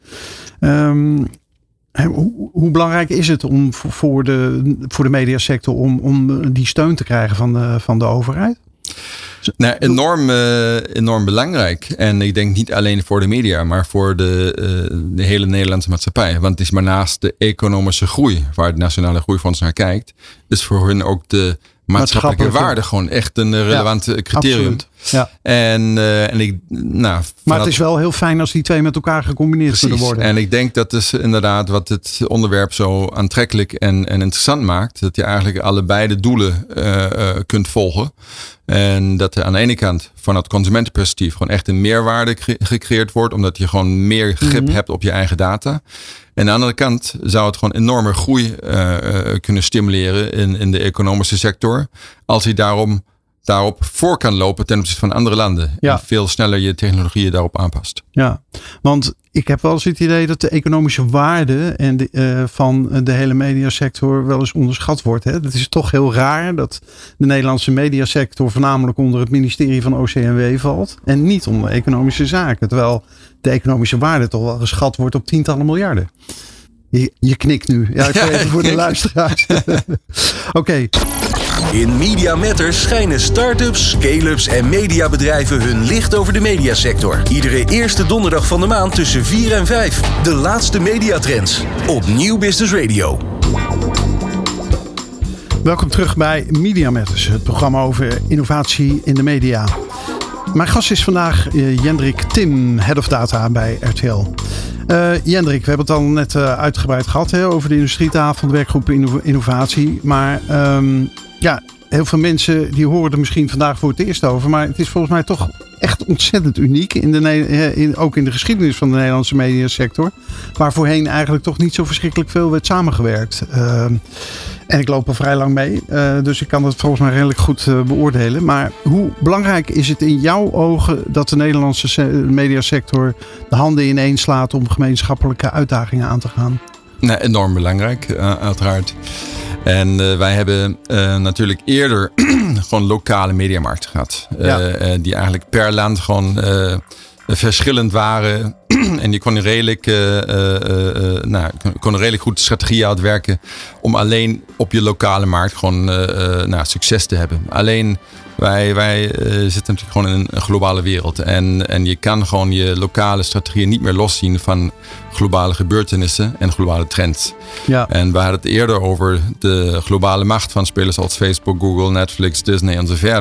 Um, Hoe, hoe belangrijk is het om voor de, voor de mediasector om, om die steun te krijgen van de, van de overheid? Nou, enorm, uh, enorm belangrijk. En ik denk niet alleen voor de media, maar voor de, uh, de hele Nederlandse maatschappij. Want het is maar naast de economische groei, waar het Nationale Groeifonds naar kijkt, is voor hun ook de maatschappelijke waarde gewoon echt een relevant ja, criterium. Ja. En, uh, en ik, nou, maar het is wel heel fijn als die twee met elkaar gecombineerd precies. kunnen worden. En ik denk dat is inderdaad wat het onderwerp zo aantrekkelijk en, en interessant maakt. Dat je eigenlijk allebei de doelen uh, uh, kunt volgen. En dat er aan de ene kant van het consumentenperspectief gewoon echt een meerwaarde cre- gecreëerd wordt. Omdat je gewoon meer grip mm-hmm. hebt op je eigen data. En aan de andere kant zou het gewoon enorme groei uh, uh, kunnen stimuleren in, in de economische sector. Als je daarom daarop voor kan lopen ten opzichte van andere landen. Ja. En veel sneller je technologieën daarop aanpast. Ja, want ik heb wel eens het idee dat de economische waarde en de, uh, van de hele mediasector wel eens onderschat wordt. Hè? Het is toch heel raar dat de Nederlandse mediasector voornamelijk onder het ministerie van O C M W valt. En niet onder economische zaken. Terwijl de economische waarde toch wel geschat wordt op tientallen miljarden. Je, je knikt nu. Ja, ik ga even voor de luisteraars. Oké. Okay. In Media Matters schijnen start-ups, scale-ups en mediabedrijven hun licht over de mediasector. Iedere eerste donderdag van de maand tussen vier en vijf. De laatste mediatrends op Nieuw Business Radio. Welkom terug bij Media Matters, het programma over innovatie in de media. Mijn gast is vandaag uh, Jendrik Tim, Head of Data bij R T L. Uh, Jendrik, we hebben het al net uh, uitgebreid gehad hè, over de industrietafel, de werkgroep inno- innovatie. Maar um, ja, heel veel mensen die horen er misschien vandaag voor het eerst over. Maar het is volgens mij toch echt ontzettend uniek. In de, in, ook in de geschiedenis van de Nederlandse mediasector. Waar voorheen eigenlijk toch niet zo verschrikkelijk veel werd samengewerkt. Uh, en ik loop er vrij lang mee. Uh, dus ik kan dat volgens mij redelijk goed uh, beoordelen. Maar hoe belangrijk is het in jouw ogen dat de Nederlandse se- mediasector de handen ineen slaat om gemeenschappelijke uitdagingen aan te gaan? Nou, enorm belangrijk, uh, uiteraard. En uh, wij hebben uh, natuurlijk eerder gewoon lokale mediamarkten gehad. Ja. Uh, uh, die eigenlijk per land gewoon uh, verschillend waren. En die konden redelijk, uh, uh, uh, nou, konden redelijk goed strategieën uitwerken om alleen op je lokale markt gewoon uh, uh, nou, succes te hebben. Alleen wij, wij uh, zitten natuurlijk gewoon in een globale wereld. En, en je kan gewoon je lokale strategieën niet meer loszien van globale gebeurtenissen en globale trends. Ja. En we hadden het eerder over de globale macht van spelers als Facebook, Google, Netflix, Disney en zo verder.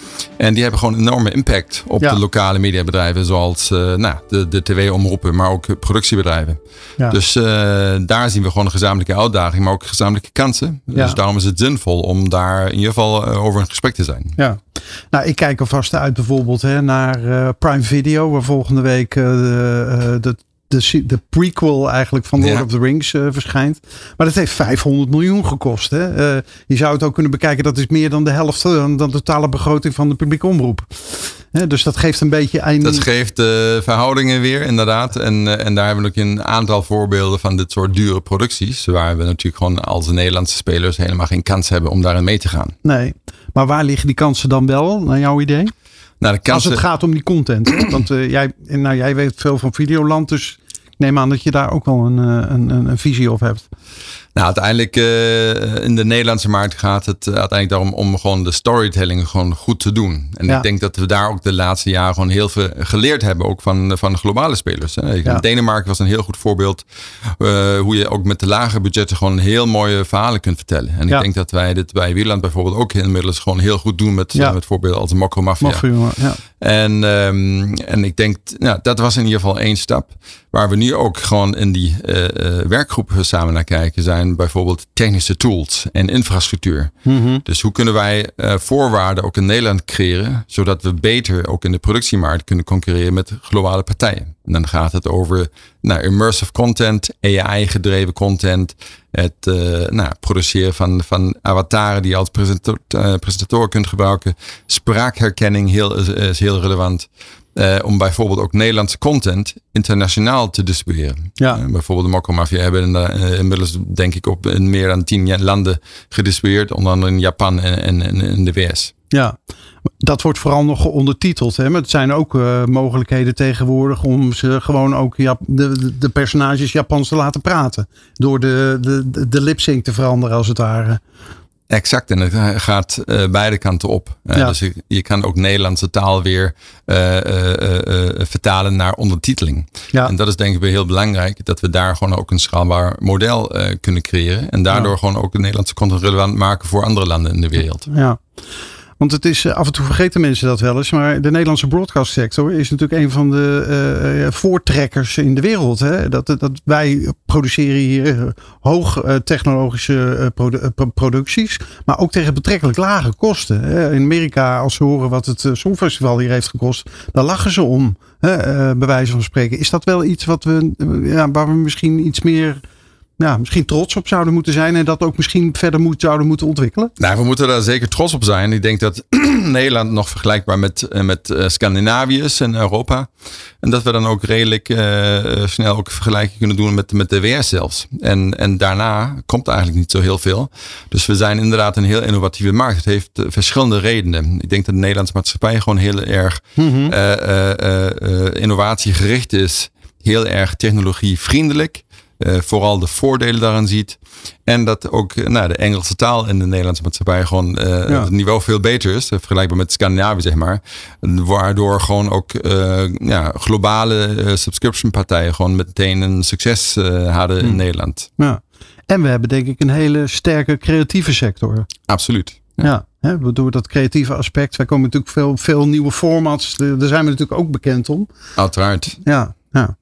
En die hebben gewoon een enorme impact op ja. de lokale mediabedrijven. Zoals uh, nou, de, de tv-omroepen, maar ook productiebedrijven. Ja. Dus uh, daar zien we gewoon een gezamenlijke uitdaging, maar ook gezamenlijke kansen. Ja. Dus daarom is het zinvol om daar in ieder geval uh, over in gesprek te zijn. Ja. Nou, ik kijk alvast uit bijvoorbeeld hè, naar uh, Prime Video, waar volgende week uh, de, de De, de prequel eigenlijk van Lord ja. of the Rings uh, verschijnt. Maar dat heeft vijfhonderd miljoen gekost. Hè? Uh, je zou het ook kunnen bekijken. Dat is meer dan de helft dan de totale begroting van de publieke omroep. Hè? Dus dat geeft een beetje... Een... Dat geeft de uh, verhoudingen weer inderdaad. En, uh, en daar hebben we ook een aantal voorbeelden van dit soort dure producties. Waar we natuurlijk gewoon als Nederlandse spelers helemaal geen kans hebben om daarin mee te gaan. Nee, maar waar liggen die kansen dan wel, naar jouw idee? Nou, de kansen... Als het gaat om die content. Hè? Want uh, jij, nou, jij weet veel van Videoland, dus ik neem aan dat je daar ook wel een, een, een, een visie op hebt. Nou, uiteindelijk uh, in de Nederlandse markt gaat het uh, uiteindelijk daarom om gewoon de storytelling gewoon goed te doen. En ja. ik denk dat we daar ook de laatste jaren gewoon heel veel geleerd hebben, ook van, van globale spelers. Hè. Ja. Denemarken was een heel goed voorbeeld uh, hoe je ook met de lage budgetten gewoon heel mooie verhalen kunt vertellen. En ja. ik denk dat wij dit bij Wieland bijvoorbeeld ook inmiddels gewoon heel goed doen met, ja. met voorbeelden als de Mokko Mafia. Mafia ja. En, um, en ik denk, nou, dat was in ieder geval één stap. Waar we nu ook gewoon in die uh, uh, werkgroepen samen naar kijken zijn bijvoorbeeld technische tools en infrastructuur. Mm-hmm. Dus hoe kunnen wij uh, voorwaarden ook in Nederland creëren, zodat we beter ook in de productiemarkt kunnen concurreren met globale partijen. En dan gaat het over nou, immersive content, A I-gedreven content, het uh, nou, produceren van, van avataren die je als presentator, uh, presentator kunt gebruiken. Spraakherkenning heel, is, is heel relevant. Uh, om bijvoorbeeld ook Nederlandse content internationaal te distribueren. Ja. Uh, bijvoorbeeld de Mokko Mafia hebben uh, inmiddels denk ik op in meer dan tien landen gedistribueerd. Onder andere in Japan en, en, en in de V S. Ja, dat wordt vooral nog ondertiteld. Hè? Maar het zijn ook uh, mogelijkheden tegenwoordig om ze gewoon ook Jap- de, de personages Japans te laten praten. Door de, de, de lip-sync te veranderen als het ware. Exact, en het gaat uh, beide kanten op. Uh, ja. Dus je, je kan ook Nederlandse taal weer uh, uh, uh, vertalen naar ondertiteling. Ja. En dat is denk ik weer heel belangrijk. Dat we daar gewoon ook een schaalbaar model uh, kunnen creëren. En daardoor ja. gewoon ook de Nederlandse content relevant maken voor andere landen in de wereld. Ja. Want het is, af en toe vergeten mensen dat wel eens. Maar de Nederlandse broadcastsector is natuurlijk een van de uh, voortrekkers in de wereld. Hè? Dat, dat wij produceren hier hoog uh, technologische uh, produ- uh, producties. Maar ook tegen betrekkelijk lage kosten. Hè? In Amerika, als ze horen wat het uh, Songfestival hier heeft gekost. Dan lachen ze om. Hè? Uh, bij wijze van spreken. Is dat wel iets wat we, uh, ja, waar we misschien iets meer... Ja, misschien trots op zouden moeten zijn en dat ook misschien verder moet, zouden moeten ontwikkelen? Nou, we moeten daar zeker trots op zijn. Ik denk dat Nederland nog vergelijkbaar met, met uh, Scandinavië is en Europa. En dat we dan ook redelijk uh, snel ook vergelijking kunnen doen met, met de W S zelfs. En, en daarna komt eigenlijk niet zo heel veel. Dus we zijn inderdaad een heel innovatieve markt. Het heeft uh, verschillende redenen. Ik denk dat de Nederlandse maatschappij gewoon heel erg mm-hmm. uh, uh, uh, uh, innovatiegericht is. Heel erg technologievriendelijk. Uh, vooral de voordelen daaraan ziet. En dat ook uh, nou, de Engelse taal in de Nederlandse maatschappij gewoon uh, ja. het niveau veel beter is. Vergelijkbaar met Scandinavië, zeg maar. Waardoor gewoon ook uh, ja, globale uh, subscription partijen gewoon meteen een succes uh, hadden hmm. in Nederland. Ja. En we hebben denk ik een hele sterke creatieve sector. Absoluut. Ja, ja hè, door dat creatieve aspect. Wij komen natuurlijk veel, veel nieuwe formats. Daar zijn we natuurlijk ook bekend om. Uiteraard. Ja, ja.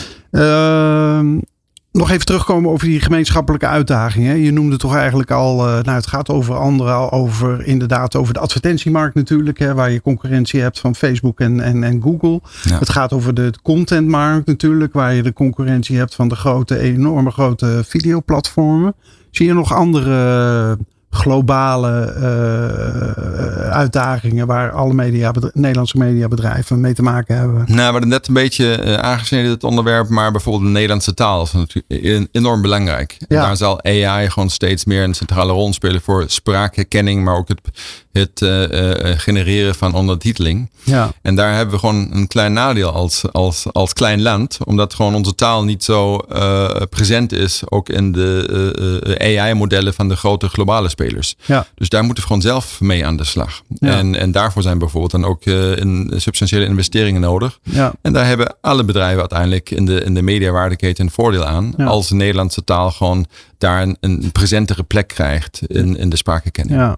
Uh, Nog even terugkomen over die gemeenschappelijke uitdagingen. Je noemde toch eigenlijk al, uh, nou het gaat over andere, over inderdaad over de advertentiemarkt natuurlijk. Hè, waar je concurrentie hebt van Facebook en, en, en Google. Ja. Het gaat over de contentmarkt natuurlijk. Waar je de concurrentie hebt van de grote, enorme grote videoplatformen. Zie je nog andere globale uh, uitdagingen waar alle media, Nederlandse mediabedrijven mee te maken hebben? Nou, we hadden net een beetje uh, aangesneden het onderwerp, maar bijvoorbeeld de Nederlandse taal is natuurlijk enorm belangrijk. Ja. En daar zal A I gewoon steeds meer een centrale rol spelen voor spraakherkenning, maar ook het, het uh, uh, genereren van ondertiteling. Ja. En daar hebben we gewoon een klein nadeel als, als, als klein land, omdat gewoon onze taal niet zo uh, present is, ook in de uh, A I-modellen van de grote globale spelers. Ja. Dus daar moeten we gewoon zelf mee aan de slag. Ja. En, en daarvoor zijn bijvoorbeeld dan ook uh, in substantiële investeringen nodig. Ja. En daar hebben alle bedrijven uiteindelijk in de, in de mediawaardeketen een voordeel aan. Ja. Als de Nederlandse taal gewoon daar een, een presentere plek krijgt in, in de spraakherkenning. Ja.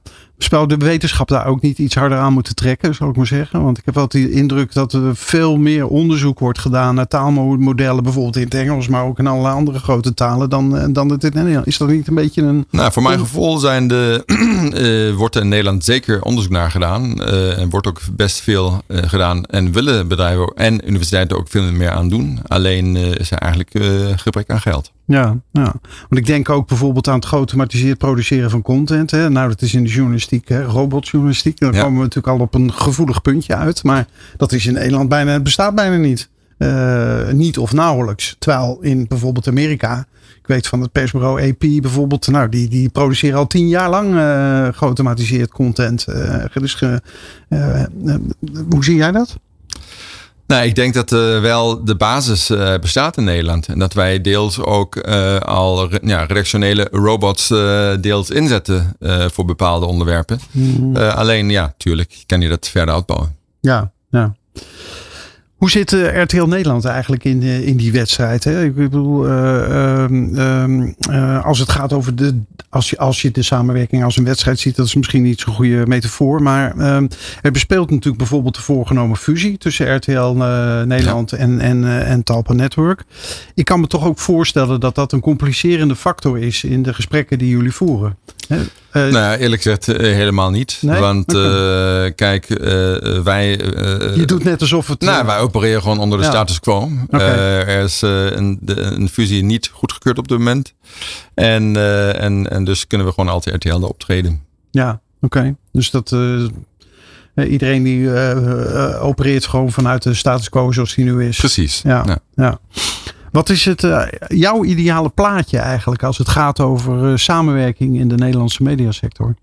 Zou de wetenschap daar ook niet iets harder aan moeten trekken, zal ik maar zeggen? Want ik heb wel de indruk dat er veel meer onderzoek wordt gedaan naar taalmodellen, bijvoorbeeld in het Engels, maar ook in allerlei andere grote talen dan, dan het in Nederland. Is dat niet een beetje een... Nou, voor mijn gevoel zijn de, uh, wordt er in Nederland zeker onderzoek naar gedaan. Uh, en wordt ook best veel uh, gedaan. En willen bedrijven en universiteiten ook veel meer aan doen. Alleen uh, is er eigenlijk uh, gebrek aan geld. Ja, ja, want ik denk ook bijvoorbeeld aan het geautomatiseerd produceren van content. Hè. Nou, dat is in de journalistiek, hè, robotjournalistiek. Dan ja. komen we natuurlijk al op een gevoelig puntje uit. Maar dat is in Nederland bijna, het bestaat bijna niet. Uh, niet of nauwelijks. Terwijl in bijvoorbeeld Amerika, ik weet van het persbureau A P bijvoorbeeld, nou, die, die produceren al tien jaar lang uh, geautomatiseerd content. Uh, dus, uh, uh, uh, hoe zie jij dat? Nou, ik denk dat uh, wel de basis uh, bestaat in Nederland. En dat wij deels ook uh, al re- ja, redactionele robots uh, deels inzetten uh, voor bepaalde onderwerpen. Mm-hmm. Uh, alleen, ja, tuurlijk kan je dat verder uitbouwen. Ja, ja. Hoe zit uh, R T L Nederland eigenlijk in, uh, in die wedstrijd? Hè? Ik bedoel, uh, uh, uh, als het gaat over de, als je, als je de samenwerking als een wedstrijd ziet, dat is misschien niet zo'n goede metafoor, maar uh, er bespeelt natuurlijk bijvoorbeeld de voorgenomen fusie tussen R T L uh, Nederland ja. en, en, uh, en Talpa Network. Ik kan me toch ook voorstellen dat dat een complicerende factor is in de gesprekken die jullie voeren. Hè? Uh, nou ja, eerlijk gezegd uh, helemaal niet. Nee? Want okay. uh, kijk, uh, wij... Uh, je doet net alsof het... Nou, wij opereren gewoon onder de ja. status quo. Okay. Uh, er is uh, een, de, een fusie niet goedgekeurd op dit moment. En, uh, en, en dus kunnen we gewoon altijd R T L optreden. Ja, oké. Okay. Dus dat... Uh, iedereen die uh, uh, opereert gewoon vanuit de status quo zoals die nu is. Precies. Ja, ja. ja. Wat is het, uh, jouw ideale plaatje eigenlijk als het gaat over uh, samenwerking in de Nederlandse mediasector?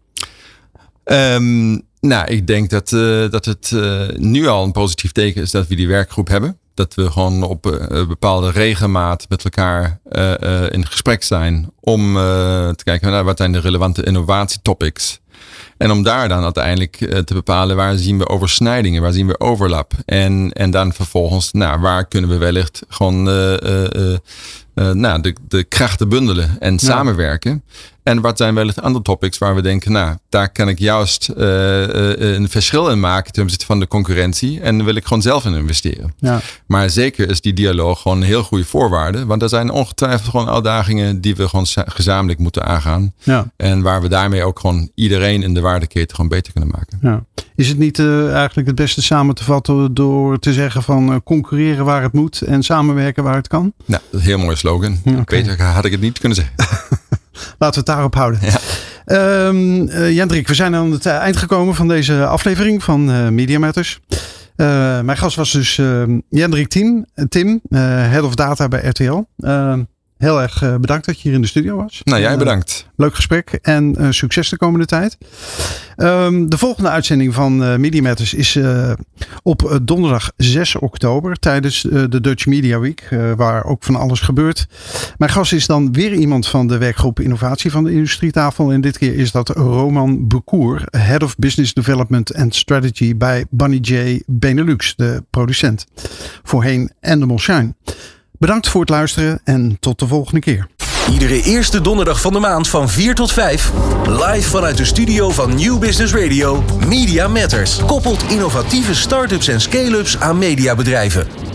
Um, nou, ik denk dat, uh, dat het uh, nu al een positief teken is dat we die werkgroep hebben. Dat we gewoon op uh, bepaalde regelmaat met elkaar uh, uh, in gesprek zijn om uh, te kijken naar wat zijn de relevante innovatietopics. En om daar dan uiteindelijk te bepalen waar zien we oversnijdingen, waar zien we overlap. En, en dan vervolgens, nou, waar kunnen we wellicht gewoon uh, uh, uh, nou, de, de krachten bundelen en ja. samenwerken. En wat zijn wellicht andere topics waar we denken, nou, daar kan ik juist uh, uh, een verschil in maken ten opzichte van de concurrentie. En daar wil ik gewoon zelf in investeren. Ja. Maar zeker is die dialoog gewoon een heel goede voorwaarde. Want er zijn ongetwijfeld gewoon uitdagingen die we gewoon gezamenlijk moeten aangaan. Ja. En waar we daarmee ook gewoon iedereen in de waardeketen gewoon beter kunnen maken. Ja. Is het niet uh, eigenlijk het beste samen te vatten door te zeggen van uh, concurreren waar het moet en samenwerken waar het kan? Nou, dat is een heel mooie slogan. Okay. Beter had ik het niet kunnen zeggen. Laten we het daarop houden. Ja. Um, uh, Jendrik, we zijn aan het eind gekomen van deze aflevering van uh, Media Matters. Uh, mijn gast was dus uh, Jendrik Tim, Tim uh, Head of Data bij R T L. Uh, heel erg uh, bedankt dat je hier in de studio was. Nou, jij bedankt. Uh, leuk gesprek en uh, succes de komende tijd. Um, de volgende uitzending van uh, Media Matters is uh, op uh, donderdag zes oktober tijdens uh, de Dutch Media Week, uh, waar ook van alles gebeurt. Mijn gast is dan weer iemand van de werkgroep Innovatie van de Industrietafel. En dit keer is dat Roman Bekoer, Head of Business Development and Strategy bij Bunny J Benelux, de producent. Voorheen Endemol Shine. Bedankt voor het luisteren en tot de volgende keer. Iedere eerste donderdag van de maand van vier tot vijf. Live vanuit de studio van New Business Radio. Media Matters. Koppelt innovatieve start-ups en scale-ups aan mediabedrijven.